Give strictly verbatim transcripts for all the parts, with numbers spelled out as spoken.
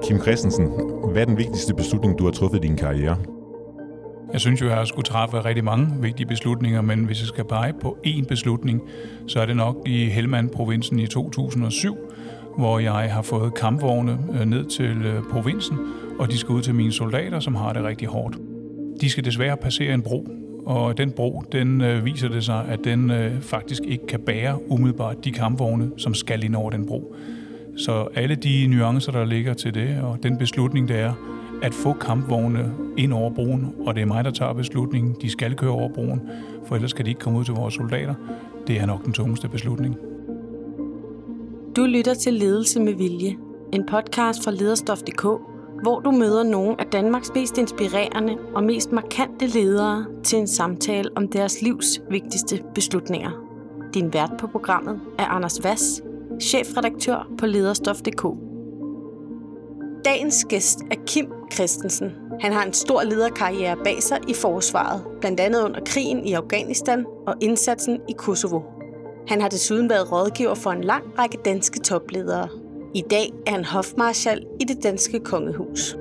Kim Christensen, hvad er den vigtigste beslutning, du har truffet i din karriere? Jeg synes jo, at jeg har skulle træffe rigtig mange vigtige beslutninger, men hvis jeg skal pege på én beslutning, så er det nok i Helmand-provinsen i to tusind og syv, hvor jeg har fået kampvogne ned til provinsen, og de skal ud til mine soldater, som har det rigtig hårdt. De skal desværre passere en bro, og den bro, den viser det sig, at den faktisk ikke kan bære umiddelbart de kampvogne, som skal ind over den bro. Så alle de nuancer, der ligger til det, og den beslutning, det er at få kampvogne ind over broen, og det er mig, der tager beslutningen. De skal køre over broen, for ellers kan de ikke komme ud til vores soldater. Det er nok den tungeste beslutning. Du lytter til Ledelse med Vilje, en podcast fra lederstof punktum d k, hvor du møder nogle af Danmarks mest inspirerende og mest markante ledere til en samtale om deres livs vigtigste beslutninger. Din vært på programmet er Anders Hvass, chefredaktør på lederstof punktum d k. Dagens gæst er Kim Christensen. Han har en stor lederkarriere bag sig i forsvaret, blandt andet under krigen i Afghanistan og indsatsen i Kosovo. Han har desuden været rådgiver for en lang række danske topledere. I dag er han hofmarskal i det danske kongehus.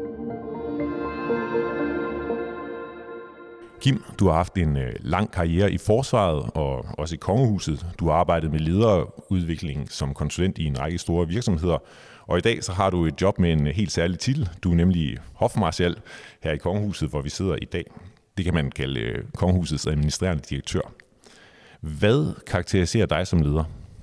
Kim, du har haft en øh, lang karriere i forsvaret og også i kongehuset. Du har arbejdet med lederudvikling som konsulent i en række store virksomheder. Og i dag så har du et job med en helt særlig titel. Du er nemlig hofmarskal her i kongehuset, hvor vi sidder i dag. Det kan man kalde øh, kongehusets administrerende direktør. Hvad karakteriserer dig som leder?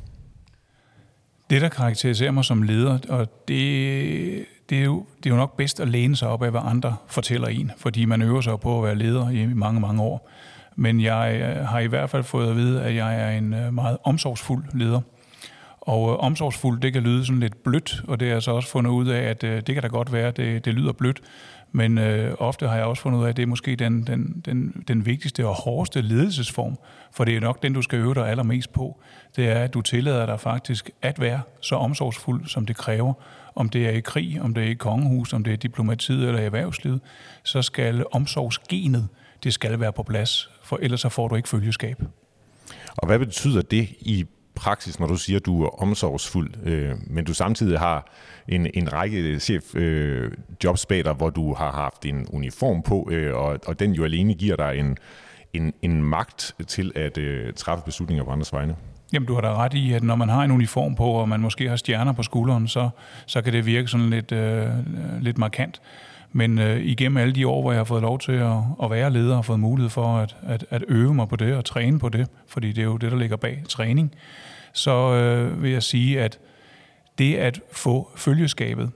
Det, der karakteriserer mig som leder, og det, det, er jo, det er jo nok bedst at læne sig op af, hvad andre fortæller en, fordi man øver sig på at være leder i mange, mange år. Men jeg har i hvert fald fået at vide, at jeg er en meget omsorgsfuld leder. Og øh, omsorgsfuld, det kan lyde sådan lidt blødt, og det har jeg så også fundet ud af, at øh, det kan da godt være, det, det lyder blødt. Men øh, ofte har jeg også fundet ud af, at det er måske den, den, den, den vigtigste og hårdeste ledelsesform. For det er nok den, du skal øve dig allermest på. Det er, at du tillader dig faktisk at være så omsorgsfuld, som det kræver. Om det er i krig, om det er i kongehus, om det er i diplomatiet eller i erhvervslivet, så skal omsorgsgenet, det skal være på plads, for ellers så får du ikke følgeskab. Og hvad betyder det i praksis, når du siger, at du er omsorgsfuld, øh, men du samtidig har en, en række chefjobs øh, bag dig, hvor du har haft en uniform på, øh, og, og den jo alene giver dig en, en, en magt til at øh, træffe beslutninger på andres vegne? Jamen, du har da ret i, at når man har en uniform på, og man måske har stjerner på skulderen, så, så kan det virke sådan lidt, øh, lidt markant. Men øh, igennem alle de år, hvor jeg har fået lov til at, at være leder, og fået mulighed for at, at, at øve mig på det og træne på det, fordi det er jo det, der ligger bag træning, så øh, vil jeg sige, at det at få følgeskabet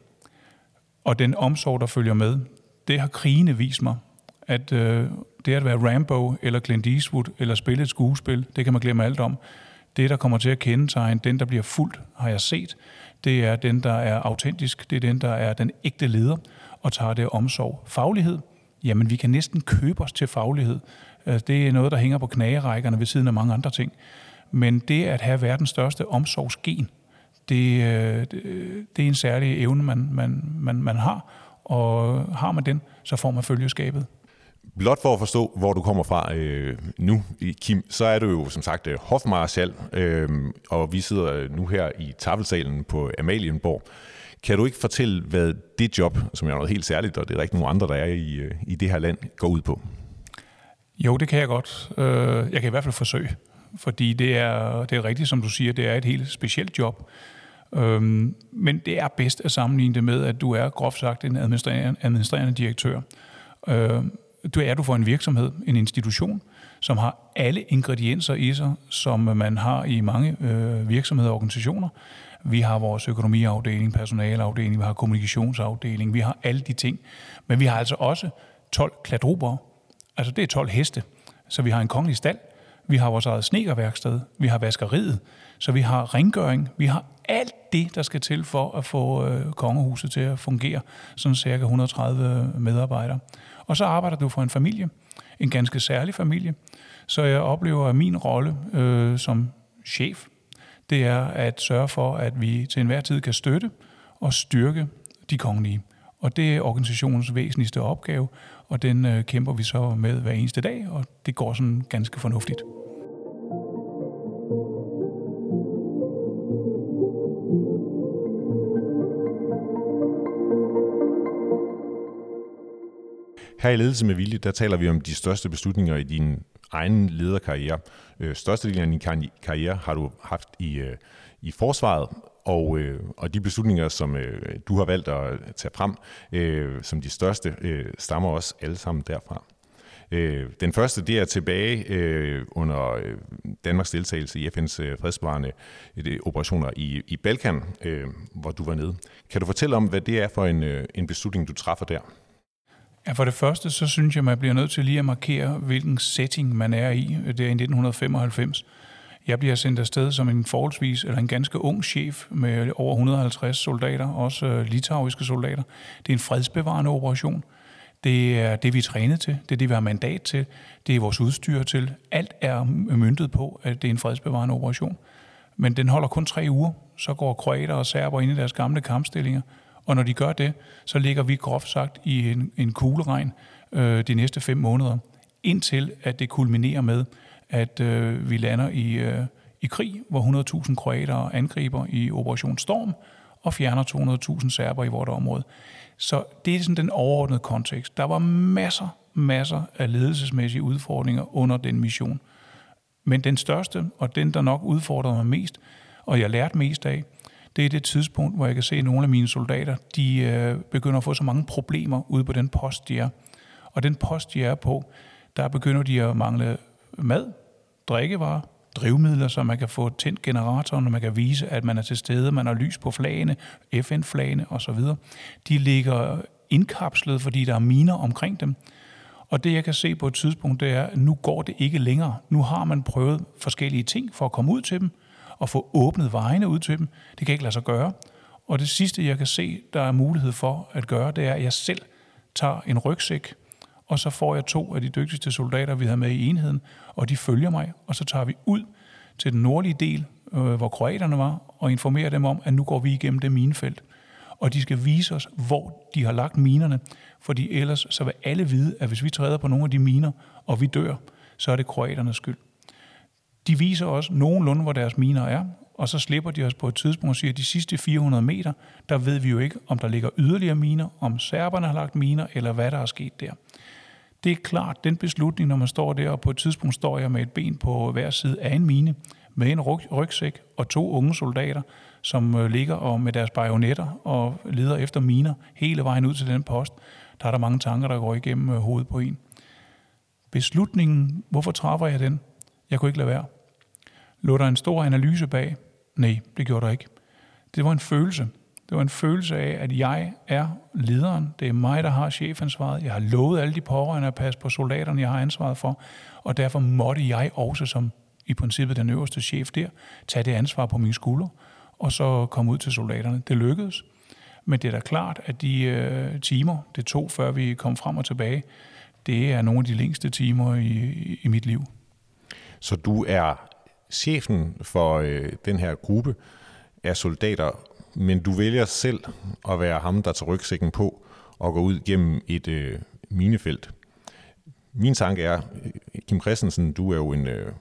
og den omsorg, der følger med, det har krigene vist mig, at øh, det at være Rambo eller Clint Eastwood eller spille et skuespil, det kan man glemme alt om. Det, der kommer til at kendetegne, den, der bliver fuldt, har jeg set, det er den, der er autentisk, det er den, der er den ægte leder, og tager det omsorg. Faglighed, jamen vi kan næsten købe os til faglighed. Det er noget, der hænger på knagerækkerne ved siden af mange andre ting. Men det at have verdens største omsorgsgen, det, det er en særlig evne, man, man, man, man har, og har man den, så får man følgeskabet. Blot for at forstå, hvor du kommer fra øh, nu, Kim, så er du jo som sagt hofmarskal, øh, og vi sidder nu her i Taffelsalen på Amalienborg. Kan du ikke fortælle, hvad det job, som er noget helt særligt, og det er der ikke nogen andre, der er i, i det her land, går ud på? Jo, det kan jeg godt. Jeg kan i hvert fald forsøge, fordi det er, det er rigtigt, som du siger, det er et helt specielt job. Men det er bedst at sammenligne det med, at du er groft sagt en administrerende, administrerende direktør. Du er du for en virksomhed, en institution, som har alle ingredienser i sig, som man har i mange virksomheder og organisationer. Vi har vores økonomiafdeling, personaleafdeling, vi har kommunikationsafdeling, vi har alle de ting. Men vi har altså også tolv kladrubere, altså det er tolv heste. Så vi har en kongelig stald, vi har vores eget snedkerværksted, vi har vaskeriet, så vi har rengøring, vi har alt det, der skal til for at få øh, kongehuset til at fungere, sådan cirka et hundrede og tredive medarbejdere. Og så arbejder du for en familie, en ganske særlig familie, så jeg oplever, at min rolle øh, som chef, det er at sørge for, at vi til enhver tid kan støtte og styrke de kongelige. Og det er organisationens væsentligste opgave, og den øh, kæmper vi så med hver eneste dag, og det går sådan ganske fornuftigt. Her i Ledelse med Vilje, der taler vi om de største beslutninger i din egen lederkarriere. Øh, størstedelen af din karriere har du haft i, øh, i forsvaret, og, øh, og de beslutninger, som øh, du har valgt at tage frem, øh, som de største, øh, stammer også alle sammen derfra. Øh, den første, det er tilbage øh, under øh, Danmarks deltagelse i F N's øh, fredsbevarende øh, operationer i, i Balkan, øh, hvor du var nede. Kan du fortælle om, hvad det er for en, øh, en beslutning, du træffer der? Ja, for det første, så synes jeg, man bliver nødt til lige at markere, hvilken setting man er i. Det er i nitten femoghalvfems. Jeg bliver sendt afsted som en forholdsvis, eller en ganske ung chef med over et hundrede og halvtreds soldater, også øh, litauiske soldater. Det er en fredsbevarende operation. Det er det, vi er trænet til. Det er det, vi har mandat til. Det er vores udstyr til. Alt er møntet på, at det er en fredsbevarende operation. Men den holder kun tre uger. Så går kroater og serber ind i deres gamle kampstillinger. Og når de gør det, så ligger vi groft sagt i en, en kugleregn øh, de næste fem måneder. Indtil at det kulminerer med, at øh, vi lander i, øh, i krig, hvor hundrede tusind kroater angriber i Operation Storm og fjerner to hundrede tusind serber i vores område. Så det er sådan den overordnede kontekst. Der var masser, masser af ledelsesmæssige udfordringer under den mission. Men den største, og den, der nok udfordrede mig mest, og jeg lærte mest af, det er det tidspunkt, hvor jeg kan se, at nogle af mine soldater, de øh, begynder at få så mange problemer ude på den post, de er. Og den post, de er på, der begynder de at mangle mad, drikkevarer, drivmidler, så man kan få tændt generatoren, og man kan vise, at man er til stede, man har lys på flagene, F N-flagene osv. De ligger indkapslet, fordi der er miner omkring dem. Og det, jeg kan se på et tidspunkt, det er, at nu går det ikke længere. Nu har man prøvet forskellige ting for at komme ud til dem, og få åbnet vejene ud til dem. Det kan ikke lade sig gøre. Og det sidste, jeg kan se, der er mulighed for at gøre, det er, at jeg selv tager en rygsæk, og så får jeg to af de dygtigste soldater, vi havde med i enheden, og de følger mig, og så tager vi ud til den nordlige del, øh, hvor kroaterne var, og informerer dem om, at nu går vi igennem det minefelt. Og de skal vise os, hvor de har lagt minerne, fordi ellers så vil alle vide, at hvis vi træder på nogle af de miner, og vi dør, så er det kroaternes skyld. De viser os nogenlunde, hvor deres miner er, og så slipper de os på et tidspunkt og siger, at de sidste fire hundrede meter, der ved vi jo ikke, om der ligger yderligere miner, om serberne har lagt miner, eller hvad der er sket der. Det er klart, den beslutning, når man står der, og på et tidspunkt står jeg med et ben på hver side af en mine, med en ryg- rygsæk og to unge soldater, som ligger og med deres bajonetter og leder efter miner hele vejen ud til den post. Der er der mange tanker, der går igennem hovedet på en. Beslutningen, hvorfor træffer jeg den? Jeg kunne ikke lade være. Lå der en stor analyse bag? Nej, det gjorde der ikke. Det var en følelse. Det var en følelse af, at jeg er lederen. Det er mig, der har chefansvaret. Jeg har lovet alle de pårørende at passe på soldaterne, jeg har ansvaret for. Og derfor måtte jeg også, som i princippet den øverste chef der, tage det ansvar på mine skuldre, og så komme ud til soldaterne. Det lykkedes. Men det er da klart, at de øh, timer, det tog, før vi kom frem og tilbage, det er nogle af de længste timer i, i, i mit liv. Så du er chefen for øh, den her gruppe af soldater, men du vælger selv at være ham, der tager rygsækken på og går ud gennem et øh, minefelt. Min tanke er, Kim Christensen, du er jo en øh,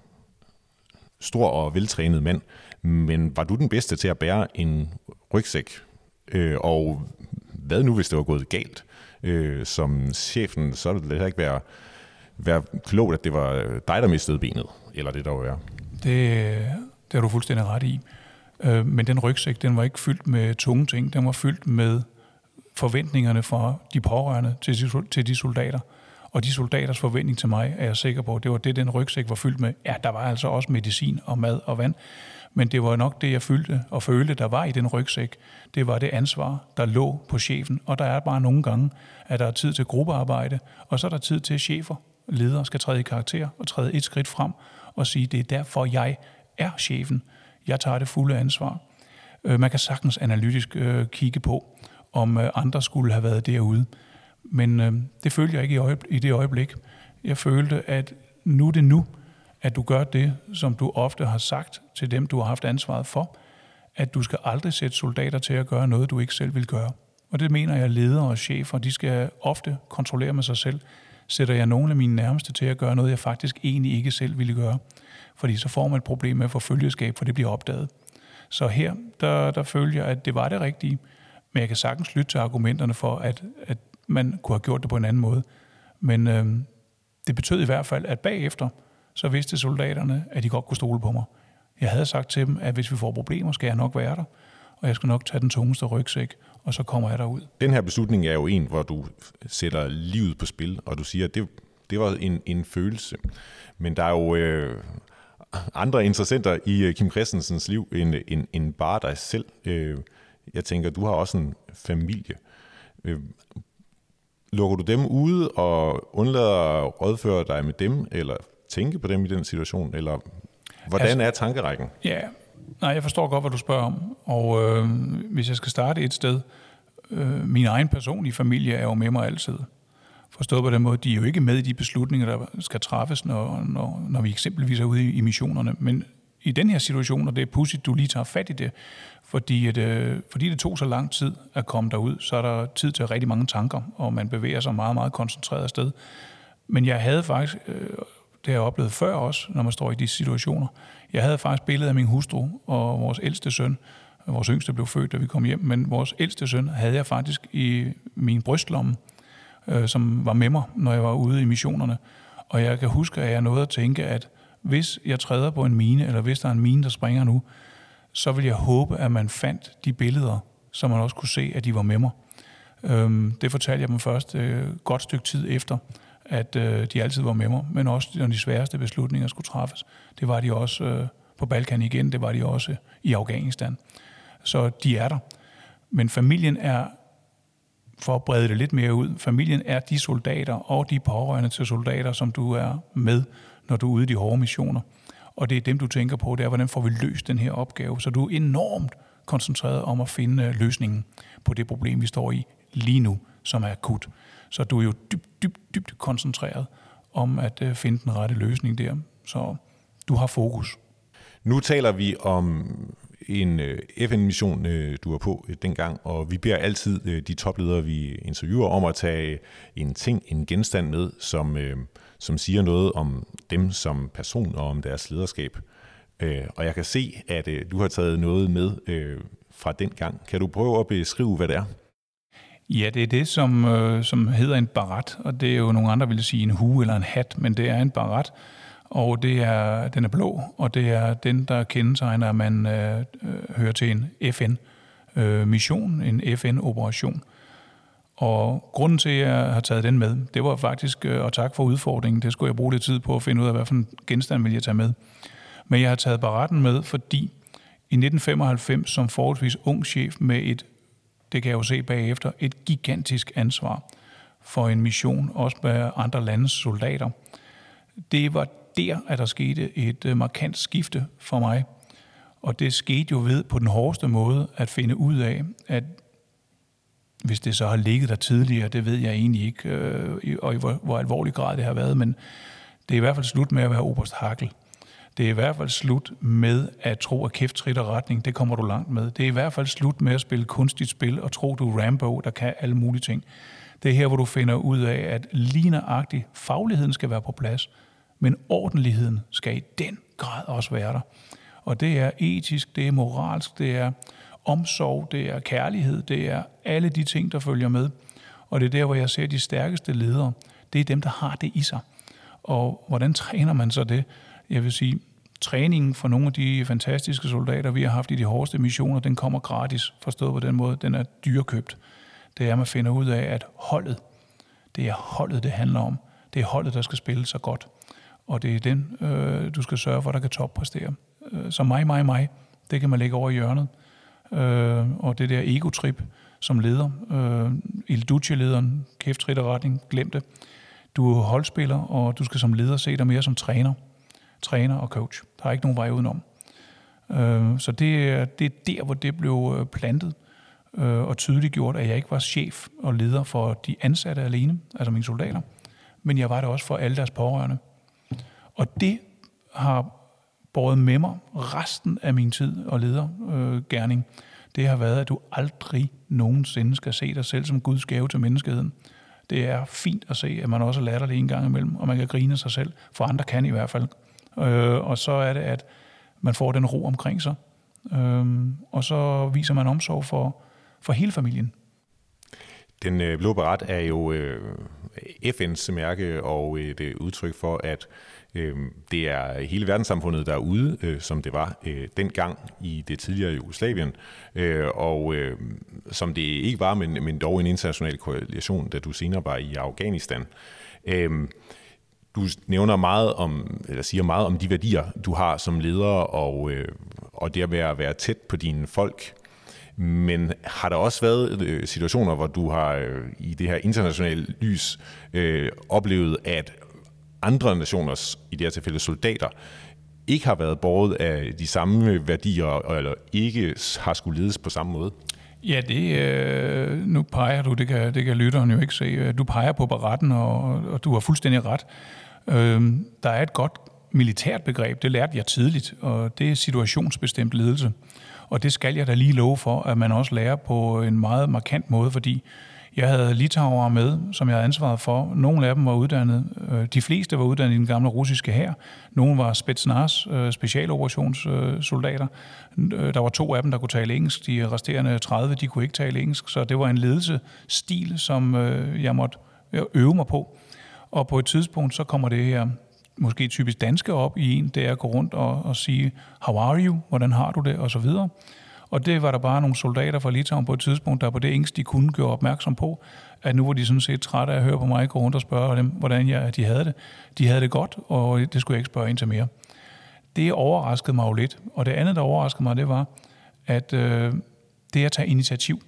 stor og veltrænet mand, men var du den bedste til at bære en rygsæk? Øh, og hvad nu, hvis det var gået galt? Øh, som chefen, så ville det ikke være, være klogt, at det var dig, der mistede benet, eller det der var. Det, det har du fuldstændig ret i. Øh, men den rygsæk, den var ikke fyldt med tunge ting. Den var fyldt med forventningerne fra de pårørende til de, til de soldater. Og de soldaters forventning til mig, er jeg sikker på, det var det, den rygsæk var fyldt med. Ja, der var altså også medicin og mad og vand. Men det var nok det, jeg følte og følte, der var i den rygsæk. Det var det ansvar, der lå på chefen. Og der er bare nogle gange, at der er tid til gruppearbejde, og så er der tid til, at chefer, ledere skal træde i karakter og træde et skridt frem og sige, det er derfor, jeg er chefen. Jeg tager det fulde ansvar. Man kan sagtens analytisk kigge på, om andre skulle have været derude. Men det følte jeg ikke i det øjeblik. Jeg følte, at nu er det nu, at du gør det, som du ofte har sagt til dem, du har haft ansvaret for, at du skal aldrig sætte soldater til at gøre noget, du ikke selv vil gøre. Og det mener jeg, ledere og chefer, de skal ofte kontrollere med sig selv. Sætter jeg nogle af mine nærmeste til at gøre noget, jeg faktisk egentlig ikke selv ville gøre. Fordi så får man et problem med at få følgeskab, for det bliver opdaget. Så her, der, der følger jeg, at det var det rigtige. Men jeg kan sagtens lytte til argumenterne for, at, at man kunne have gjort det på en anden måde. Men øh, det betød i hvert fald, at bagefter, så vidste soldaterne, at de godt kunne stole på mig. Jeg havde sagt til dem, at hvis vi får problemer, skal jeg nok være der, og jeg skal nok tage den tungeste rygsæk, og så kommer jeg derud. Den her beslutning er jo en, hvor du sætter livet på spil, og du siger, at det, det var en, en følelse. Men der er jo øh, andre interessenter i øh, Kim Christensens liv, end, end, end bare dig selv. Øh, jeg tænker, du har også en familie. Øh, lukker du dem ude og undlader at rådføre dig med dem, eller tænke på dem i den situation, eller hvordan altså, er tankerækken? Ja, nej, jeg forstår godt, hvad du spørger om, og øh, hvis jeg skal starte et sted, øh, min egen personlige familie er jo med mig altid. Forstået på den måde, de er jo ikke med i de beslutninger, der skal træffes, når, når, når vi eksempelvis er ude i, i missionerne, men i den her situation, og det er pudsigt, du lige tager fat i det, fordi, at, øh, fordi det tog så lang tid at komme derud, så er der tid til rigtig mange tanker, og man bevæger sig meget, meget koncentreret afsted. Men jeg havde faktisk, øh, det har jeg oplevet før også, når man står i de situationer, jeg havde faktisk billedet af min hustru og vores ældste søn. Vores yngste blev født, da vi kom hjem, men vores ældste søn havde jeg faktisk i min brystlomme, øh, som var med mig, når jeg var ude i missionerne. Og jeg kan huske, at jeg nåede at tænke, at hvis jeg træder på en mine, eller hvis der er en mine, der springer nu, så vil jeg håbe, at man fandt de billeder, så man også kunne se, at de var med mig. Øhm, det fortalte jeg dem først øh, godt stykke tid efter, at øh, de altid var med mig, men også når de sværeste beslutninger skulle træffes. Det var de også øh, på Balkan igen, det var de også i Afghanistan. Så de er der. Men familien er, for at brede det lidt mere ud, familien er de soldater og de pårørende til soldater, som du er med, når du er ude i de hårde missioner. Og det er dem, du tænker på, det er, hvordan får vi løst den her opgave. Så du er enormt koncentreret om at finde løsningen på det problem, vi står i lige nu, som er akut. Så du er jo dybt, dybt, dybt koncentreret om at finde den rette løsning der. Så du har fokus. Nu taler vi om en F N-mission, du var på dengang, og vi beder altid de topledere, vi interviewer, om at tage en ting, en genstand med, som, som siger noget om dem som person og om deres lederskab. Og jeg kan se, at du har taget noget med fra den gang. Kan du prøve at beskrive, hvad det er? Ja, det er det, som, som hedder en baret, og det er jo nogle andre, ville sige en hue eller en hat, men det er en baret. Og det er, den er blå, og det er den, der kendetegner, at man øh, hører til en F N-mission, øh, en F N-operation. Og grunden til, at jeg har taget den med, det var faktisk, øh, og tak for udfordringen, det skulle jeg bruge lidt tid på at finde ud af, hvad for en genstand vil jeg tage med. Men jeg har taget baretten med, fordi i nitten femoghalvfems som forholdsvis ung chef med et, det kan jeg jo se bagefter, et gigantisk ansvar for en mission, også med andre landes soldater. Det var der, at der skete et markant skifte for mig. Og det skete jo ved på den hårdeste måde at finde ud af, at hvis det så har ligget der tidligere, det ved jeg egentlig ikke, øh, og i hvor, hvor alvorlig grad det har været, men det er i hvert fald slut med at være oberst Hackel. Det er i hvert fald slut med at tro, at kæft trit og retning, det kommer du langt med. Det er i hvert fald slut med at spille kunstigt spil og tro, du er Rambo, der kan alle mulige ting. Det er her, hvor du finder ud af, at lige nøjagtigt fagligheden skal være på plads, men ordentligheden skal i den grad også være der. Og det er etisk, det er moralsk, det er omsorg, det er kærlighed, det er alle de ting, der følger med. Og det er der, hvor jeg ser de stærkeste ledere. Det er dem, der har det i sig. Og hvordan træner man så det? Jeg vil sige, træningen for nogle af de fantastiske soldater, vi har haft i de hårdeste missioner, den kommer gratis, forstået på den måde, den er dyrkøbt. Det er, at man finder ud af, at holdet, det er holdet, det handler om. Det er holdet, der skal spille så godt. Og det er den, øh, du skal sørge for, der kan toppræstere. Øh, så mig, mig, mig, det kan man lægge over i hjørnet. Øh, og det der ego-trip som leder, øh, Il Duce-lederen, kæft, trit og retning, glem det. Du er holdspiller, og du skal som leder se dig mere som træner. Træner og coach. Der er ikke nogen vej udenom. Øh, så det er, det er der, hvor det blev plantet øh, og tydeligt gjort, at jeg ikke var chef og leder for de ansatte alene, altså mine soldater, men jeg var det også for alle deres pårørende. Og det har båret med mig resten af min tid og ledergerning. Øh, det har været, at du aldrig nogensinde skal se dig selv som Guds gave til menneskeheden. Det er fint at se, at man også lærer det en gang imellem, og man kan grine sig selv, for andre kan i hvert fald. Øh, og så er det, at man får den ro omkring sig, øh, og så viser man omsorg for, for hele familien. Den øh, blå baret er jo øh, F N's mærke og et øh, udtryk for, at øh, det er hele verdenssamfundet, der er ude, øh, som det var øh, dengang i det tidligere Jugoslavien, øh, og øh, som det ikke var, men, men dog en international koalition, da du senere var i Afghanistan. Øh, Du nævner meget om, eller siger meget om de værdier, du har som leder, og, øh, og det at være, være tæt på dine folk. Men har der også været øh, situationer, hvor du har øh, i det her internationale lys øh, oplevet, at andre nationers, i det her tilfælde soldater, ikke har været båret af de samme værdier, eller ikke har skulle ledes på samme måde? Ja, det, øh, nu peger du, det kan, det kan lytteren jo ikke se, du peger på baretten, og, og du har fuldstændig ret. Øh, der er et godt militært begreb, det lærte jeg tidligt, og det er situationsbestemt ledelse. Og det skal jeg da lige love for, at man også lærer på en meget markant måde, fordi jeg havde litauere med, som jeg havde ansvaret for. Nogle af dem var uddannet, de fleste var uddannet i den gamle russiske hær. Nogle var Spetsnaz, specialoperationssoldater. Der var to af dem, der kunne tale engelsk. De resterende tredive, de kunne ikke tale engelsk. Så det var en ledelsesstil, som jeg måtte øve mig på. Og på et tidspunkt, så kommer det her måske typisk danske op i en, det er at gå rundt og, og sige, how are you, hvordan har du det, og så videre. Og det var der bare nogle soldater fra Litauen på et tidspunkt, der på det engelsk, de kunne gøre opmærksom på, at nu var de sådan set trætte af at høre på mig gå rundt og spørge dem, hvordan jeg, de havde det. De havde det godt, og det skulle jeg ikke spørge ind til mere. Det overraskede mig jo lidt. Og det andet, der overraskede mig, det var, at øh, det at tage initiativ.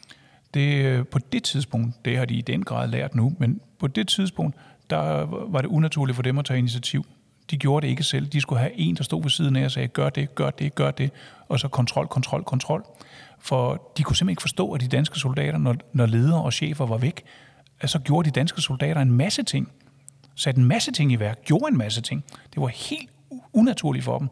Det, på det tidspunkt, det har de i den grad lært nu, men på det tidspunkt, der var det unaturligt for dem at tage initiativ. De gjorde det ikke selv. De skulle have en, der stod ved siden af og sagde, gør det, gør det, gør det, og så kontrol, kontrol, kontrol. For de kunne simpelthen ikke forstå, at de danske soldater, når, når ledere og chefer var væk, så gjorde de danske soldater en masse ting. Satte en masse ting i værk, gjorde en masse ting. Det var helt unaturligt for dem.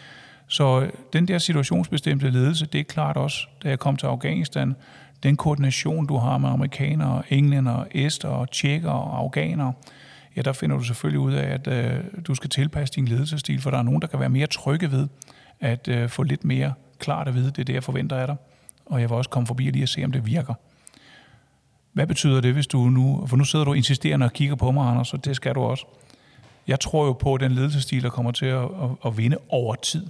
Så den der situationsbestemte ledelse, det er klart også, da jeg kom til Afghanistan, den koordination, du har med amerikanere, englænder, ester, tjekker og afghanere, ja, der finder du selvfølgelig ud af, at øh, du skal tilpasse din ledelsesstil, for der er nogen, der kan være mere trygge ved at øh, få lidt mere klart at vide, det er det, jeg forventer af dig. Og jeg vil også komme forbi og lige at se, om det virker. Hvad betyder det, hvis du nu... For nu sidder du insisterende og kigger på mig, Anders, og det skal du også. Jeg tror jo på den ledelsesstil, der kommer til at, at, at vinde over tid.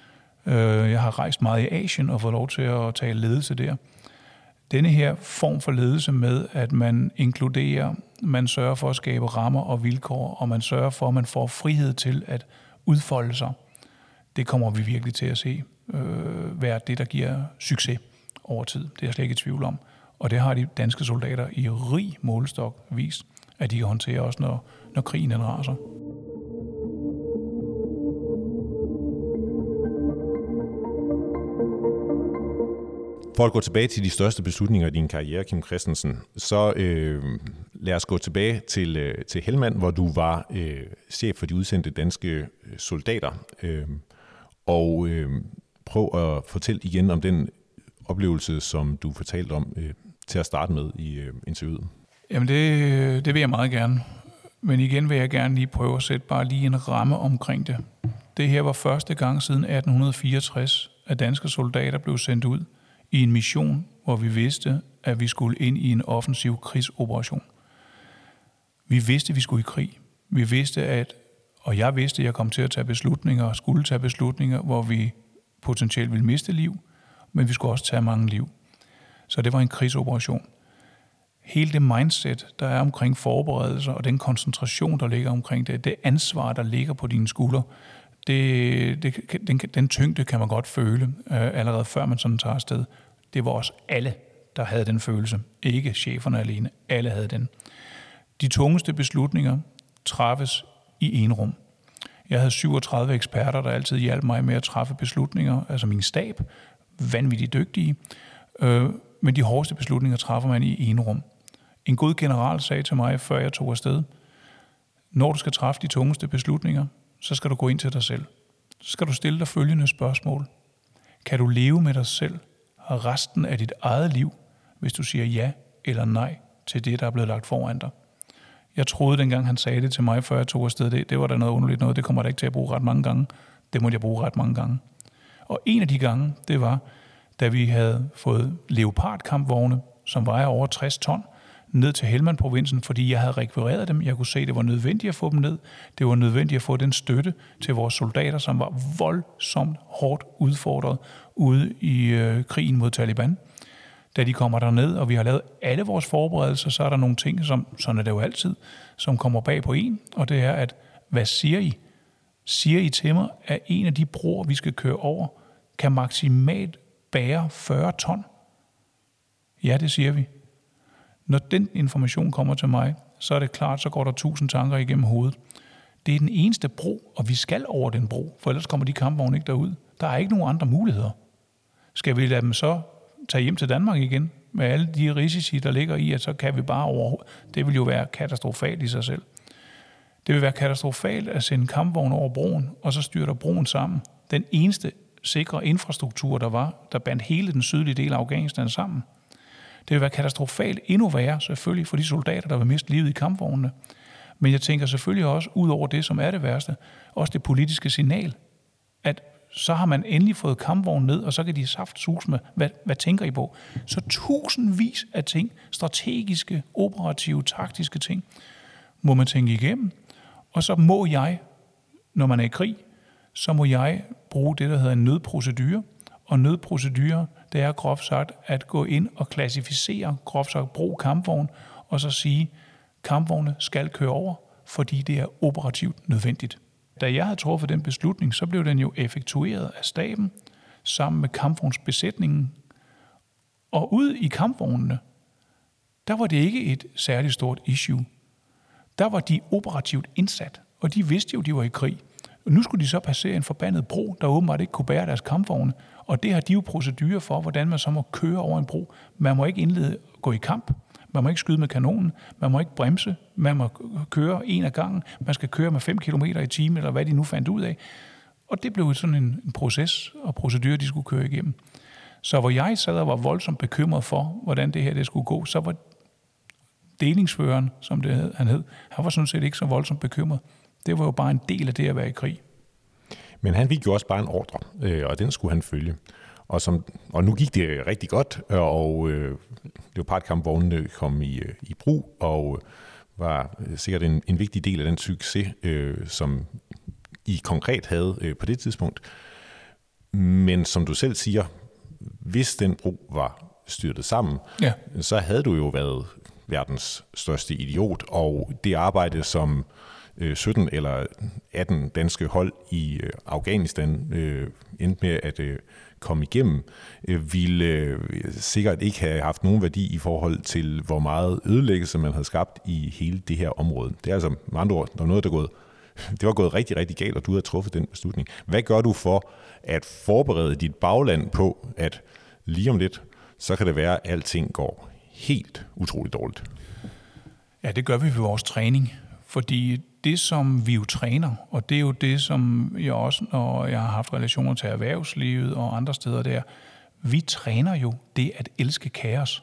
Øh, jeg har rejst meget i Asien og fået lov til at tage ledelse der. Denne her form for ledelse med, at man inkluderer, man sørger for at skabe rammer og vilkår, og man sørger for, at man får frihed til at udfolde sig, det kommer vi virkelig til at se øh, være det, der giver succes over tid. Det er jeg slet ikke i tvivl om. Og det har de danske soldater i rig målestok vist, at de kan håndtere også, når, når krigen den raser. For at gå tilbage til de største beslutninger i din karriere, Kim Christensen, så øh, lad os gå tilbage til, øh, til Helmand, hvor du var øh, chef for de udsendte danske soldater. Øh, og øh, prøv at fortælle igen om den oplevelse, som du fortalte om øh, til at starte med i øh, interviewet. Jamen det, det vil jeg meget gerne. Men igen vil jeg gerne lige prøve at sætte bare lige en ramme omkring det. Det her var første gang siden atten fireogtres, at danske soldater blev sendt ud i en mission, hvor vi vidste, at vi skulle ind i en offensiv krigsoperation. Vi vidste, at vi skulle i krig. Vi vidste, at, og jeg vidste, at jeg kom til at tage beslutninger, og skulle tage beslutninger, hvor vi potentielt ville miste liv, men vi skulle også tage mange liv. Så det var en krigsoperation. Hele det mindset, der er omkring forberedelser, og den koncentration, der ligger omkring det, det ansvar, der ligger på dine skuldre, Det, det, den, den tyngde kan man godt føle, øh, allerede før man sådan tager afsted. Det var også alle, der havde den følelse. Ikke cheferne alene. Alle havde den. De tungeste beslutninger træffes i en rum. Jeg havde syvogtredive eksperter, der altid hjalp mig med at træffe beslutninger. Altså min stab. Vanvittigt dygtige. Øh, men de hårdeste beslutninger træffer man i en rum. En god general sagde til mig, før jeg tog afsted, når du skal træffe de tungeste beslutninger, så skal du gå ind til dig selv. Så skal du stille dig følgende spørgsmål. Kan du leve med dig selv og resten af dit eget liv, hvis du siger ja eller nej til det, der er blevet lagt foran dig? Jeg troede, dengang han sagde det til mig, før jeg tog afsted, det, det var da noget underligt noget, det kommer jeg ikke til at bruge ret mange gange. Det måtte jeg bruge ret mange gange. Og en af de gange, det var, da vi havde fået Leopard-kampvogne, som vejer over tres ton, ned til Helmand-provinsen, fordi jeg havde rekvireret dem. Jeg kunne se, at det var nødvendigt at få dem ned. Det var nødvendigt at få den støtte til vores soldater, som var voldsomt hårdt udfordret ude i øh, krigen mod Taliban. Da de kommer derned, og vi har lavet alle vores forberedelser, så er der nogle ting, som, sådan er det jo altid, som kommer bag på en, og det er, at hvad siger I? Siger I til mig, at en af de broer, vi skal køre over, kan maksimalt bære fyrre ton? Ja, det siger vi. Når den information kommer til mig, så er det klart, så går der tusind tanker igennem hovedet. Det er den eneste bro, og vi skal over den bro, for ellers kommer de kampvogne ikke derud. Der er ikke nogen andre muligheder. Skal vi lade dem så tage hjem til Danmark igen, med alle de risici, der ligger i, at så kan vi bare over. Det vil jo være katastrofalt i sig selv. Det vil være katastrofalt at sende kampvogne over broen, og så styrter broen sammen. Den eneste sikre infrastruktur, der var, der bandt hele den sydlige del af Afghanistan sammen. Det vil være katastrofalt endnu værre, selvfølgelig, for de soldater, der vil miste livet i kampvognene. Men jeg tænker selvfølgelig også, ud over det, som er det værste, også det politiske signal, at så har man endelig fået kampvognen ned, og så kan de saftsus med, hvad, hvad tænker I på? Så tusindvis af ting, strategiske, operative, taktiske ting, må man tænke igennem. Og så må jeg, når man er i krig, så må jeg bruge det, der hedder en nødprocedure. Og nødprocedure, det er groft sagt at gå ind og klassificere, groft sagt brug kampvogn, og så sige, kampvogne skal køre over, fordi det er operativt nødvendigt. Da jeg havde truffet den beslutning, så blev den jo effektueret af staben sammen med kampvognsbesætningen. Og ude i kampvognene, der var det ikke et særligt stort issue. Der var de operativt indsat, og de vidste jo, de var i krig. Og nu skulle de så passere en forbandet bro, der åbenbart ikke kunne bære deres kampvogne. Og det har de jo procedurer for, hvordan man så må køre over en bro. Man må ikke indlede gå i kamp. Man må ikke skyde med kanonen. Man må ikke bremse. Man må køre en af gangen. Man skal køre med fem kilometer i timen, eller hvad de nu fandt ud af. Og det blev sådan en, en proces og procedure, de skulle køre igennem. Så hvor jeg sad og var voldsomt bekymret for, hvordan det her det skulle gå, så var delingsføreren, som det hed, han hed, han var sådan set ikke så voldsomt bekymret. Det var jo bare en del af det at være i krig. Men han fik jo også bare en ordre, øh, og den skulle han følge. Og, som, og nu gik det rigtig godt, og øh, Leopard-kampvognene kom i, øh, i brug, og var sikkert en, en vigtig del af den succes, øh, som I konkret havde øh, på det tidspunkt. Men som du selv siger, hvis den bro var styrtet sammen, ja. så havde du jo været verdens største idiot, og det arbejde, som sytten eller atten danske hold i Afghanistan øh, endte med at øh, komme igennem, øh, ville øh, sikkert ikke have haft nogen værdi i forhold til, hvor meget ødelæggelse man havde skabt i hele det her område. Det er altså med andre ord, der var noget, der gået, det var gået rigtig, rigtig galt, og du havde truffet den beslutning. Hvad gør du for at forberede dit bagland på, at lige om lidt, så kan det være, at alting går helt utroligt dårligt? Ja, det gør vi ved vores træning, fordi det, som vi jo træner, og det er jo det, som jeg også, når jeg har haft relationer til erhvervslivet og andre steder der, vi træner jo det at elske kaos.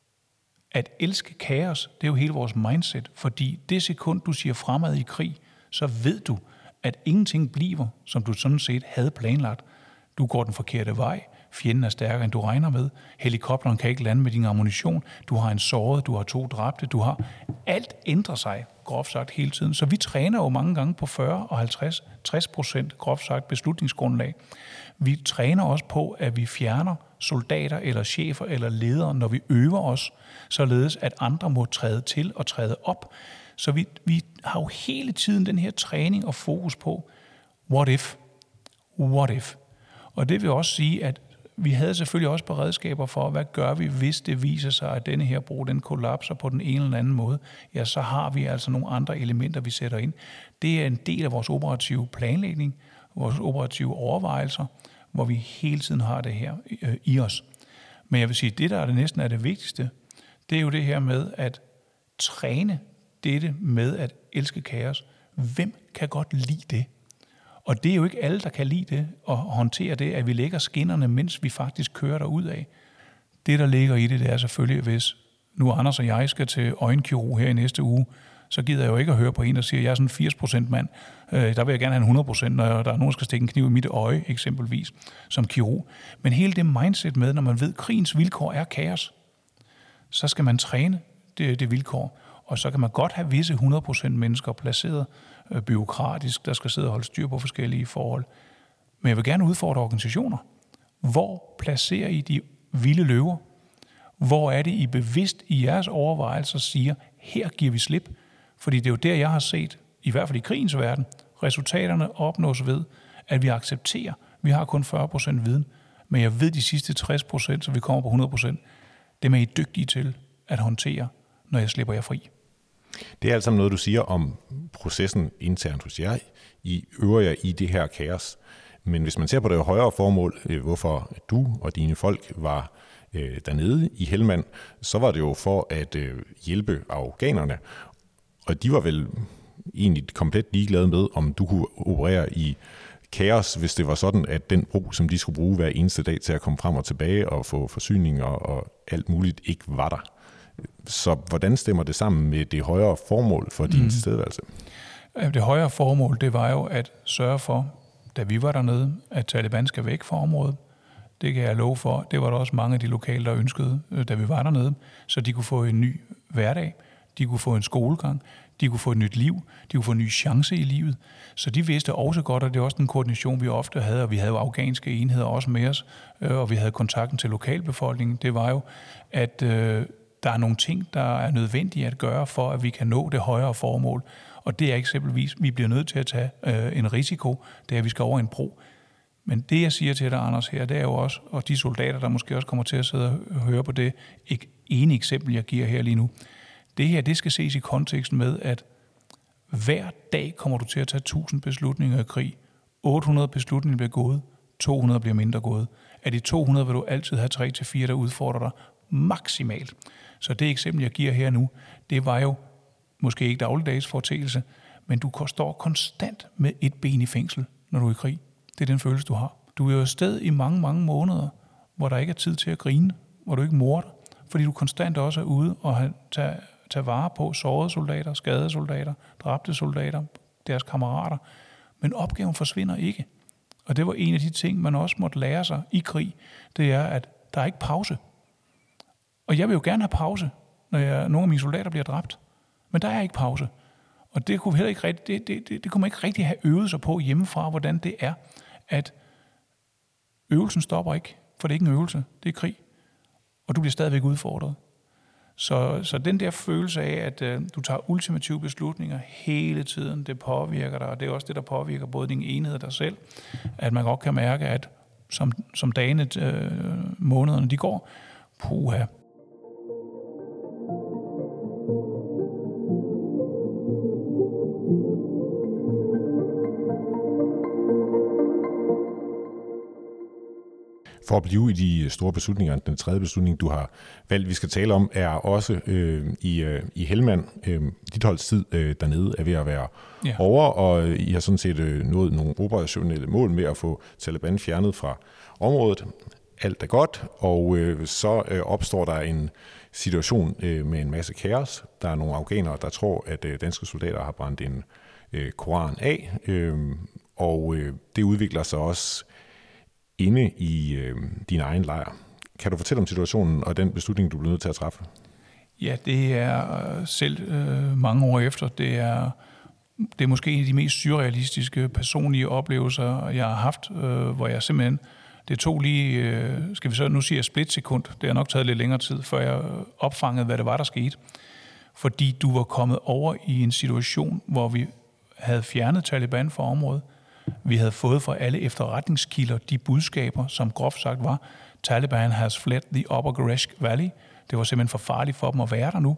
At elske kaos, det er jo hele vores mindset, fordi det sekund, du siger fremad i krig, så ved du, at ingenting bliver, som du sådan set havde planlagt. Du går den forkerte vej, fjenden er stærkere, end du regner med, helikopteren kan ikke lande med din ammunition, du har en såret, du har to dræbte, du har... Alt ændrer sig, groft sagt, hele tiden. Så vi træner jo mange gange på fyrre og halvtreds, tres procent, groft sagt, beslutningsgrundlag. Vi træner også på, at vi fjerner soldater eller chefer eller ledere, når vi øver os, således at andre må træde til og træde op. Så vi, vi har jo hele tiden den her træning og fokus på, what if? What if? Og det vil også sige, at vi havde selvfølgelig også beredskaber for, hvad gør vi, hvis det viser sig, at denne her bro, den kollapser på den ene eller anden måde. Ja, så har vi altså nogle andre elementer, vi sætter ind. Det er en del af vores operative planlægning, vores operative overvejelser, hvor vi hele tiden har det her øh, i os. Men jeg vil sige, at det, der er det næsten er det vigtigste, det er jo det her med at træne dette med at elske kaos. Hvem kan godt lide det? Og det er jo ikke alle, der kan lide det og håndtere det, at vi lægger skinnerne, mens vi faktisk kører derud af. Det, der ligger i det, det er selvfølgelig, hvis nu Anders og jeg skal til øjenkirurg her i næste uge, så gider jeg jo ikke at høre på en, der siger, at jeg er sådan firs procent mand. Øh, der vil jeg gerne have hundrede procent, når der er nogen, der skal stikke en kniv i mit øje, eksempelvis, som kirurg. Men hele det mindset med, når man ved, at krigens vilkår er kaos, så skal man træne det, det vilkår. Og så kan man godt have visse hundrede procent mennesker placeret øh, byråkratisk, der skal sidde og holde styr på forskellige forhold. Men jeg vil gerne udfordre organisationer. Hvor placerer I de vilde løver? Hvor er det, I bevidst i jeres overvejelser siger, her giver vi slip? Fordi det er jo der, jeg har set, i hvert fald i krigens verden, resultaterne opnås ved, at vi accepterer, vi har kun fyrre procent viden, men jeg ved de sidste tres procent, så vi kommer på hundrede procent, dem er I dygtige til at håndtere, når jeg slipper jer fri. Det er altså noget, du siger om processen internt hos jer. I øver jer i det her kaos. Men hvis man ser på det højere formål, hvorfor du og dine folk var øh, dernede i Helmand, så var det jo for at øh, hjælpe afghanerne. Og de var vel egentlig komplet ligeglade med, om du kunne operere i kaos, hvis det var sådan, at den bro, som de skulle bruge hver eneste dag til at komme frem og tilbage og få forsyninger og alt muligt, ikke var der. Så hvordan stemmer det sammen med det højere formål for din mm. tilstedeværelse? Det højere formål, det var jo at sørge for, da vi var dernede, at Taliban skal væk fra området. Det kan jeg love for. Det var der også mange af de lokale, der ønskede, da vi var dernede, så de kunne få en ny hverdag, de kunne få en skolegang, de kunne få et nyt liv, de kunne få en ny chance i livet. Så de vidste også godt, at det er også den koordination, vi ofte havde, og vi havde jo afghanske enheder også med os, og vi havde kontakten til lokalbefolkningen. Det var jo, at øh, der er nogle ting, der er nødvendige at gøre, for at vi kan nå det højere formål. Og det er eksempelvis, at vi bliver nødt til at tage øh, en risiko, det er, at vi skal over en bro. Men det, jeg siger til dig, Anders, her, det er jo også, og de soldater, der måske også kommer til at sidde og høre på det, ikke ene eksempel, jeg giver her lige nu. Det her, det skal ses i konteksten med, at hver dag kommer du til at tage tusind beslutninger i krig. otte hundrede beslutninger bliver gået, to hundrede bliver mindre gået. Af de to hundrede vil du altid have tre til fire, der udfordrer dig maksimalt. Så det eksempel, jeg giver her nu, det var jo måske ikke dagligdags foretagelse, men du står konstant med et ben i fængsel, når du er i krig. Det er den følelse, du har. Du er jo afsted i mange, mange måneder, hvor der ikke er tid til at grine, hvor du ikke morer dig, fordi du konstant også er ude og har tage, tage vare på sårede soldater, skadede soldater, dræbte soldater, deres kammerater. Men opgaven forsvinder ikke. Og det var en af de ting, man også måtte lære sig i krig, det er, at der er ikke pause. Og jeg vil jo gerne have pause, når jeg, nogle af mine soldater bliver dræbt. Men der er ikke pause. Og det kunne, heller ikke rigtig, det, det, det, det kunne man ikke rigtig have øvet sig på hjemmefra, hvordan det er, at øvelsen stopper ikke, for det er ikke en øvelse, det er krig. Og du bliver stadigvæk udfordret. Så, så den der følelse af, at uh, du tager ultimative beslutninger hele tiden, det påvirker dig, og det er også det, der påvirker både din enhed og dig selv, at man godt kan mærke, at som, som dagene, uh, månederne, de går, puha. For at blive i de store beslutninger, den tredje beslutning, du har valgt, vi skal tale om, er også øh, i, øh, i Helmand. Øh, dit holds tid øh, dernede er ved at være ja. over, og I har sådan set øh, nået nogle operationelle mål med at få Taliban fjernet fra området. Alt er godt, og øh, så øh, opstår der en situation øh, med en masse kaos. Der er nogle afghanere, der tror, at øh, danske soldater har brændt en øh, koran af, øh, og øh, det udvikler sig også inde i øh, din egen lejr. Kan du fortælle om situationen og den beslutning, du blev nødt til at træffe? Ja, det er selv øh, mange år efter. Det er, det er måske en af de mest surrealistiske personlige oplevelser, jeg har haft, øh, hvor jeg simpelthen, det tog lige, øh, skal vi så nu sige splitsekund, det har nok taget lidt længere tid, før jeg opfangede, hvad det var, der skete. Fordi du var kommet over i en situation, hvor vi havde fjernet Taliban fra området. Vi havde fået fra alle efterretningskilder de budskaber, som groft sagt var, Taliban has fled the Upper Gereshk Valley. Det var simpelthen for farligt for dem at være der nu.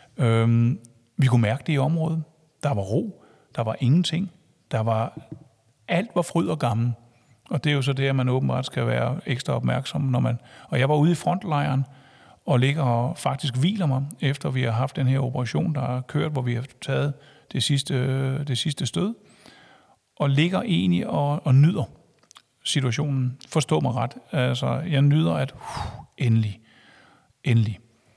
Øhm, vi kunne mærke det i området. Der var ro. Der var ingenting. Der var, alt var fryd og gammel. Og det er jo så det, at man åbenbart skal være ekstra opmærksom, når man... Og jeg var ude i frontlejren og ligger og faktisk hviler mig, efter vi har haft den her operation, der har kørt, hvor vi har taget det sidste, det sidste stød. Og ligger egentlig og, og nyder situationen. Forstå mig ret. Altså, jeg nyder, at uh, endelig, endelig.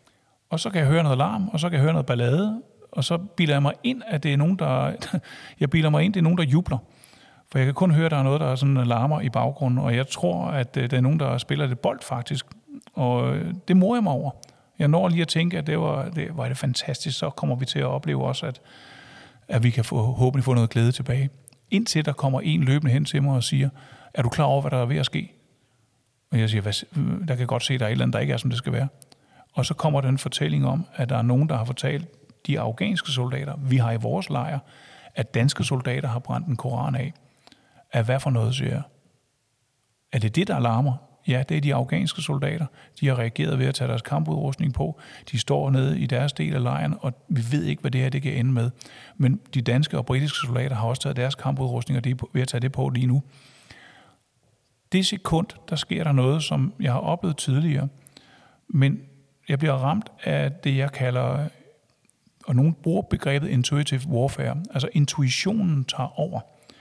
Og så kan jeg høre noget larm, og så kan jeg høre noget ballade, og så bilder jeg mig ind, at det er nogen, der... jeg bilder mig ind, det er nogen, der jubler. For jeg kan kun høre, at der er noget, der er sådan larmer i baggrunden, og jeg tror, at det er nogen, der spiller lidt bold faktisk. Og det morer jeg mig over. Jeg når lige at tænke, at det var det, var det fantastisk, så kommer vi til at opleve også, at, at vi kan få, håbentlig få noget glæde tilbage. Indtil der kommer en løbende hen til mig og siger, er du klar over, hvad der er ved at ske? Og jeg siger, hvad, der kan godt se, at der er et eller andet, der ikke er, som det skal være. Og så kommer der en fortælling om, at der er nogen, der har fortalt de afghanske soldater, vi har i vores lejr, at danske soldater har brændt en koran af. Af hvad for noget, siger jeg? Er det det, der larmer? Ja, det er de afghanske soldater. De har reageret ved at tage deres kampudrustning på. De står nede i deres del af lejren, og vi ved ikke, hvad det her det kan ende med. Men de danske og britiske soldater har også taget deres kampudrustning, og de er ved at tage det på lige nu. Det sekund, der sker der noget, som jeg har oplevet tidligere, men jeg bliver ramt af det, jeg kalder, og nogen bruger begrebet intuitive warfare, altså intuitionen tager over.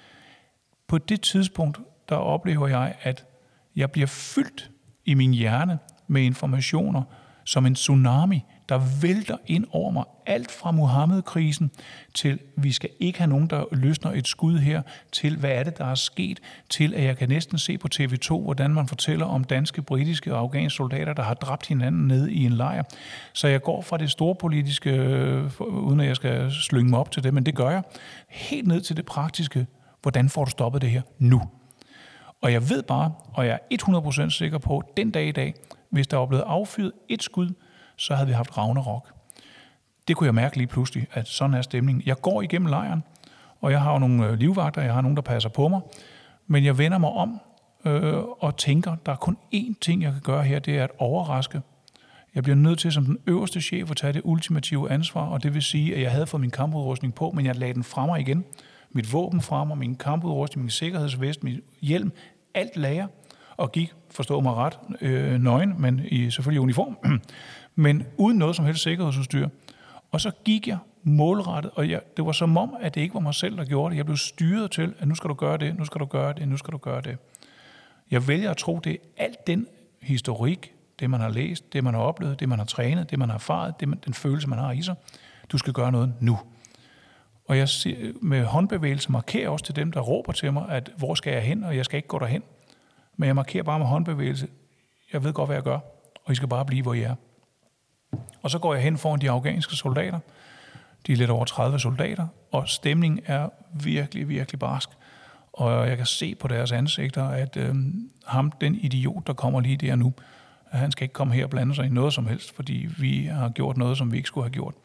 På det tidspunkt, der oplever jeg, at jeg bliver fyldt i min hjerne med informationer som en tsunami, der vælter ind over mig. Alt fra Muhammed-krisen til, vi skal ikke have nogen, der løsner et skud her, til hvad er det, der er sket, til at jeg kan næsten se på T V to, hvordan man fortæller om danske, britiske og afghanske soldater, der har dræbt hinanden nede i en lejr. Så jeg går fra det store politiske, uden at jeg skal slynge mig op til det, men det gør jeg, helt ned til det praktiske. Hvordan får du stoppet det her nu? Og jeg ved bare, og jeg er hundrede procent sikker på, at den dag i dag, hvis der var blevet affyret et skud, så havde vi haft Ragnarok. Det kunne jeg mærke lige pludselig, at sådan er stemningen. Jeg går igennem lejren, og jeg har jo nogle livvagter, jeg har nogen, der passer på mig, men jeg vender mig om øh, og tænker, der er kun én ting, jeg kan gøre her, det er at overraske. Jeg bliver nødt til som den øverste chef at tage det ultimative ansvar, og det vil sige, at jeg havde fået min kampudrustning på, men jeg lagde den fra mig igen. Mit våben fra mig, min kampudrustning, min sikkerhedsvest, min hjelm, alt lagde jeg, og gik, forstå mig ret, øh, nøgen, men i selvfølgelig uniform, men uden noget som helst sikkerhedsudstyr. Og så gik jeg målrettet, og jeg, det var som om, at det ikke var mig selv, der gjorde det. Jeg blev styret til, at nu skal du gøre det, nu skal du gøre det, nu skal du gøre det. Jeg vælger at tro, det er alt den historik, det man har læst, det man har oplevet, det man har trænet, det man har erfaret, det man, den følelse, man har i sig. Du skal gøre noget nu. Og jeg med håndbevægelse markerer også til dem, der råber til mig, at hvor skal jeg hen, og jeg skal ikke gå derhen. Men jeg markerer bare med håndbevægelse. Jeg ved godt, hvad jeg gør, og I skal bare blive, hvor I er. Og så går jeg hen foran de afghanske soldater. De er lidt over tredive soldater, og stemningen er virkelig, virkelig barsk. Og jeg kan se på deres ansigter, at øh, ham, den idiot, der kommer lige der nu, at han skal ikke komme her og blande sig i noget som helst, fordi vi har gjort noget, som vi ikke skulle have gjort.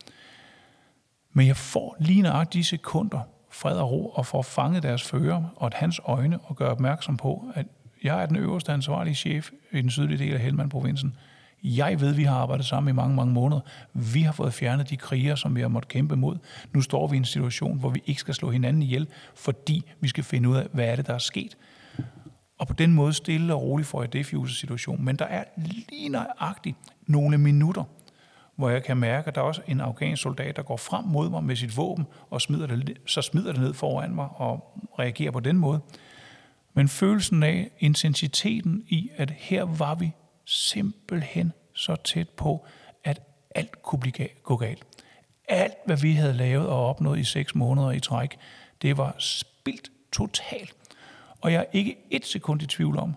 Men jeg får lige nøjagtigt de sekunder fred og ro, og får fanget deres fører og at hans øjne, og gøre opmærksom på, at jeg er den øverste ansvarlige chef i den sydlige del af Helmand-provinsen. Jeg ved, vi har arbejdet sammen i mange, mange måneder. Vi har fået fjernet de kriger, som vi har måttet kæmpe mod. Nu står vi i en situation, hvor vi ikke skal slå hinanden ihjel, fordi vi skal finde ud af, hvad er det, der er sket. Og på den måde stille og roligt får jeg defuse situationen. Men der er lige nøjagtigt nogle minutter, hvor jeg kan mærke, at der er også en afghansk soldat, der går frem mod mig med sit våben, og smider det, så smider det ned foran mig og reagerer på den måde. Men følelsen af intensiteten i, at her var vi simpelthen så tæt på, at alt kunne blive galt, gå galt. Alt, hvad vi havde lavet og opnået i seks måneder i træk, det var spildt totalt. Og jeg er ikke et sekund i tvivl om,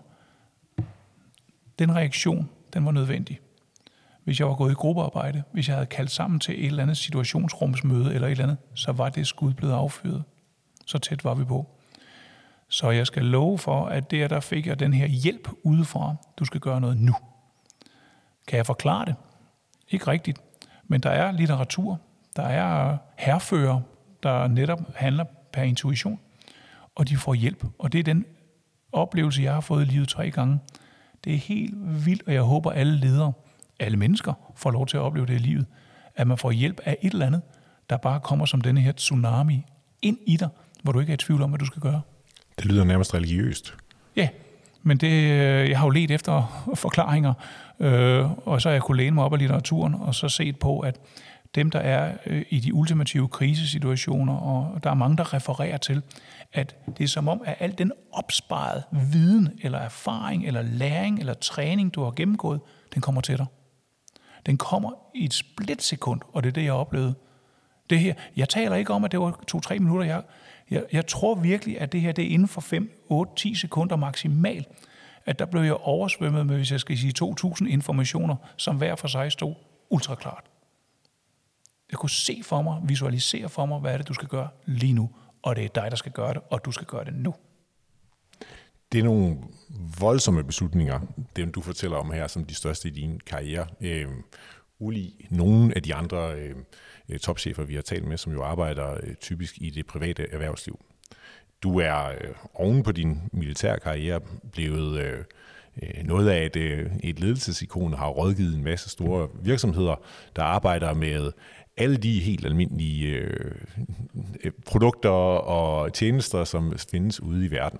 den reaktion, den var nødvendig. Hvis jeg var gået i gruppearbejde, hvis jeg havde kaldt sammen til et eller andet situationsrumsmøde eller et eller andet, så var det skud blevet affyret. Så tæt var vi på. Så jeg skal love for, at det, der fik jeg den her hjælp udefra, du skal gøre noget nu. Kan jeg forklare det? Ikke rigtigt. Men der er litteratur, der er hærfører, der netop handler per intuition, og de får hjælp. Og det er den oplevelse, jeg har fået i livet tre gange. Det er helt vildt, og jeg håber, alle ledere, alle mennesker får lov til at opleve det i livet, at man får hjælp af et eller andet, der bare kommer som denne her tsunami ind i dig, hvor du ikke er i tvivl om, hvad du skal gøre. Det lyder nærmest religiøst. Ja, men det, jeg har jo let efter forklaringer, øh, og så har jeg kunne læne mig op af litteraturen, og så set på, at dem, der er øh, i de ultimative krisesituationer, og der er mange, der refererer til, at det er som om, at al den opsparede viden, eller erfaring, eller læring, eller træning, du har gennemgået, den kommer til dig. Den kommer i et splitsekund, og det er det, jeg oplevede. Det her, jeg taler ikke om, at det var to-tre minutter. Jeg, jeg, jeg tror virkelig, at det her det er inden for fem, otte, ti sekunder maksimalt, at der blev jeg oversvømmet med, hvis jeg skal sige, to tusind informationer, som hver for sig stod ultra klart. Jeg kunne se for mig, visualisere for mig, hvad er det, du skal gøre lige nu. Og det er dig, der skal gøre det, og du skal gøre det nu. Det er nogle voldsomme beslutninger, dem du fortæller om her, som de største i din karriere. Øh, ulig nogle af de andre øh, topchefer, vi har talt med, som jo arbejder øh, typisk i det private erhvervsliv. Du er øh, oven på din militære karriere blevet øh, noget af et, øh, et ledelsesikon, og har rådgivet en masse store virksomheder, der arbejder med alle de helt almindelige øh, produkter og tjenester, som findes ude i verden.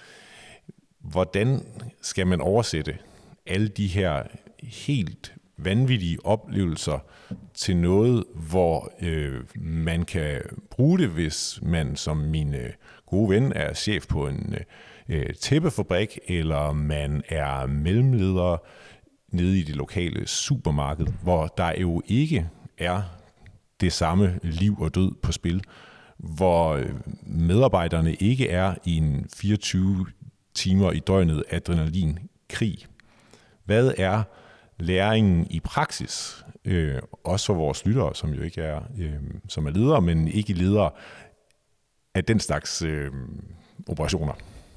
Hvordan skal man oversætte alle de her helt vanvittige oplevelser til noget, hvor øh, man kan bruge det, hvis man som min øh, gode ven er chef på en øh, tæppefabrik, eller man er mellemleder nede i det lokale supermarked, hvor der jo ikke er det samme liv og død på spil, hvor medarbejderne ikke er i en fireogtyve timer i døgnet adrenalinkrig. Hvad er læringen i praksis, øh, også for vores lyttere, som jo ikke er, øh, som er ledere, men ikke ledere af den slags øh, operationer?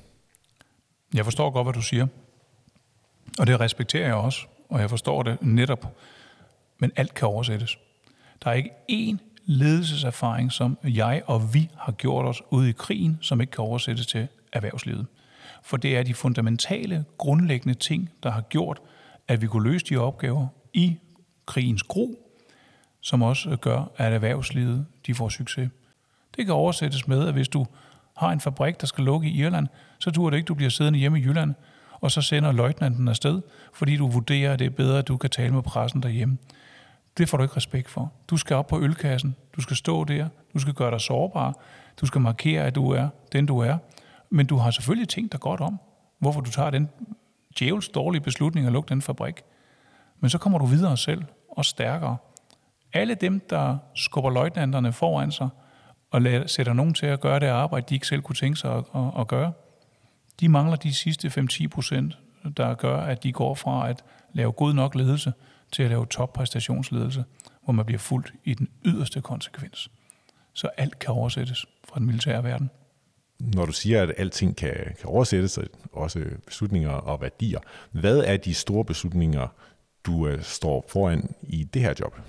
Jeg forstår godt, hvad du siger, og det respekterer jeg også, og jeg forstår det netop, men alt kan oversættes. Der er ikke én ledelseserfaring, som jeg og vi har gjort os ude i krigen, som ikke kan oversættes til erhvervslivet. For det er de fundamentale, grundlæggende ting, der har gjort, at vi kunne løse de opgaver i krigens gru, som også gør, at erhvervslivet de får succes. Det kan oversættes med, at hvis du har en fabrik, der skal lukke i Irland, så duer det ikke, du bliver siddende hjemme i Jylland, og så sender løjtnanten afsted, fordi du vurderer, at det er bedre, at du kan tale med pressen derhjemme. Det får du ikke respekt for. Du skal op på ølkassen, du skal stå der, du skal gøre dig sårbar, du skal markere, at du er den, du er. Men du har selvfølgelig tænkt dig godt om, hvorfor du tager den djævels dårlige beslutning at lukke den fabrik. Men så kommer du videre selv og stærkere. Alle dem, der skubber løjtnanterne foran sig og sætter nogen til at gøre det arbejde, de ikke selv kunne tænke sig at, at, at gøre, de mangler de sidste fem til ti procent, der gør, at de går fra at lave god nok ledelse til at lave toppræstationsledelse, hvor man bliver fuldt i den yderste konsekvens. Så alt kan oversættes fra den militære verden. Når du siger, at alting kan, kan oversættes, også beslutninger og værdier, hvad er de store beslutninger, du øh, står foran i det her job?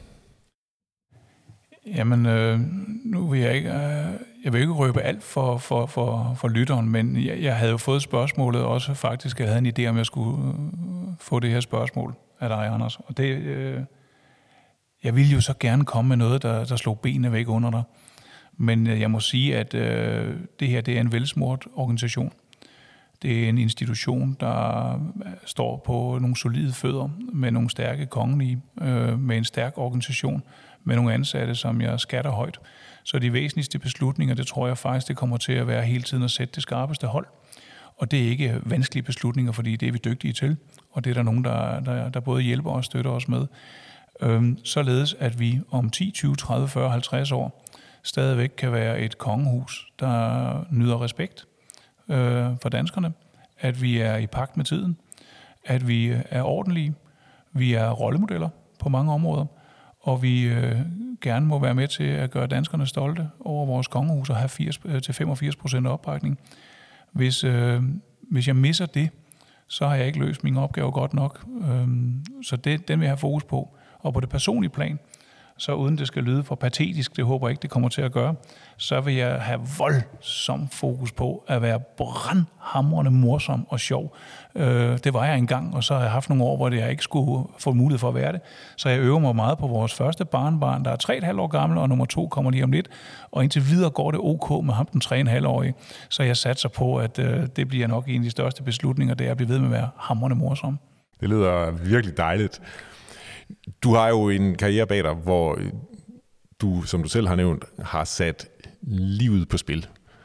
Jamen, øh, nu vil jeg ikke, øh, jeg vil ikke røbe alt for, for, for, for lytteren, men jeg, jeg havde jo fået spørgsmålet også faktisk, jeg havde en idé om, jeg skulle øh, få det her spørgsmål af dig, Anders. Og det, øh, jeg ville jo så gerne komme med noget, der, der slog benene væk under dig. Men jeg må sige, at øh, det her det er en velsmurt organisation. Det er en institution, der står på nogle solide fødder, med nogle stærke kongelige, øh, med en stærk organisation, med nogle ansatte, som jeg skatter højt. Så de væsentligste beslutninger, det tror jeg faktisk, det kommer til at være hele tiden at sætte det skarpeste hold. Og det er ikke vanskelige beslutninger, fordi det er vi dygtige til. Og det er der nogen, der, der, der både hjælper og støtter os med. Øh, således at vi om ti, tyve, tredive, fyrre, halvtreds år stadigvæk kan være et kongehus, der nyder respekt øh, for danskerne, at vi er i pagt med tiden, at vi er ordentlige, vi er rollemodeller på mange områder, og vi øh, gerne må være med til at gøre danskerne stolte over vores kongehus og have firs til femogfirs procent opbakning. Hvis, øh, hvis jeg misser det, så har jeg ikke løst min opgave godt nok. Øh, så det, den vil jeg have fokus på. Og på det personlige plan, så uden det skal lyde for patetisk, det håber jeg ikke, det kommer til at gøre, så vil jeg have voldsom fokus på at være brandhamrende morsom og sjov. Øh, det var jeg engang, og så har jeg haft nogle år, hvor jeg ikke skulle få mulighed for at være det. Så jeg øver mig meget på vores første barnbarn, der er tre komma fem år gammel, og nummer to kommer lige om lidt. Og indtil videre går det ok med ham, den tre komma fem årige. Så jeg satser på, at øh, det bliver nok en af de største beslutninger, det er at blive ved med at være hamrende morsom. Det lyder virkelig dejligt. Du har jo en karriere bag dig, hvor du, som du selv har nævnt, har sat livet på spil.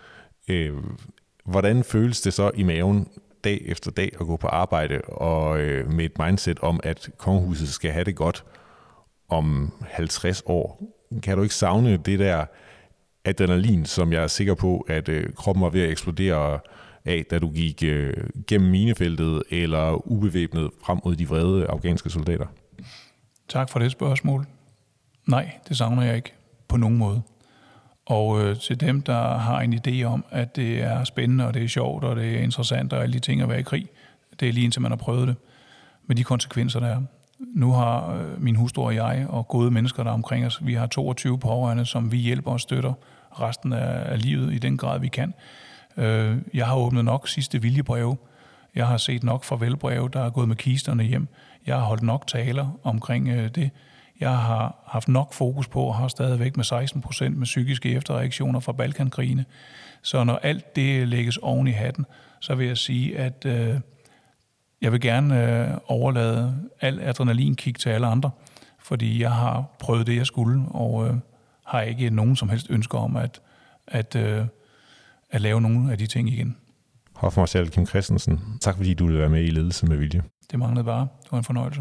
Hvordan føles det så i maven dag efter dag at gå på arbejde og med et mindset om, at kongehuset skal have det godt om halvtreds år? Kan du ikke savne det der adrenalin, som jeg er sikker på, at kroppen var ved at eksplodere af, da du gik gennem minefeltet eller ubevæbnet frem mod de vrede afghanske soldater? Tak for det spørgsmål. Nej, det savner jeg ikke på nogen måde. Og øh, til dem, der har en idé om, at det er spændende, og det er sjovt, og det er interessant, og alle de ting at være i krig, det er lige indtil man har prøvet det, med de konsekvenser, der er. Nu har øh, min hustru og jeg, og gode mennesker, der er omkring os, vi har toogtyve pårørende, som vi hjælper og støtter resten af, af livet i den grad, vi kan. Øh, jeg har åbnet nok sidste viljebreve. Jeg har set nok farvelbreve, der er gået med kisterne hjem. Jeg har holdt nok taler omkring øh, det. Jeg har haft nok fokus på, og har stadigvæk med seksten procent med psykiske efterreaktioner fra Balkankrigene. Så når alt det lægges oven i hatten, så vil jeg sige, at øh, jeg vil gerne øh, overlade al adrenalinkick til alle andre, fordi jeg har prøvet det, jeg skulle, og øh, har ikke nogen som helst ønsker om at, at, øh, at lave nogle af de ting igen. Hofmarskal Kim Christensen, tak fordi du ville være med i Ledelse med Vilje. Det manglede bare. Det var en fornøjelse.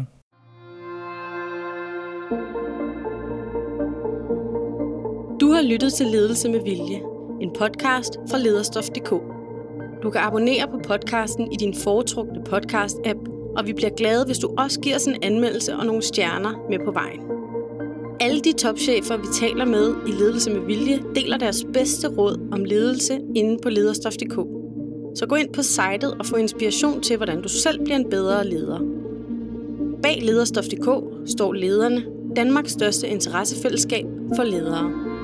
Du har lyttet til Ledelse med Vilje, en podcast fra lederstof punktum d k. Du kan abonnere på podcasten i din foretrukne podcast-app, og vi bliver glade, hvis du også giver os en anmeldelse og nogle stjerner med på vejen. Alle de topchefer, vi taler med i Ledelse med Vilje, deler deres bedste råd om ledelse inde på lederstof punktum d k. Så gå ind på sitet og få inspiration til, hvordan du selv bliver en bedre leder. Bag lederstof punktum d k står Lederne, Danmarks største interessefællesskab for ledere.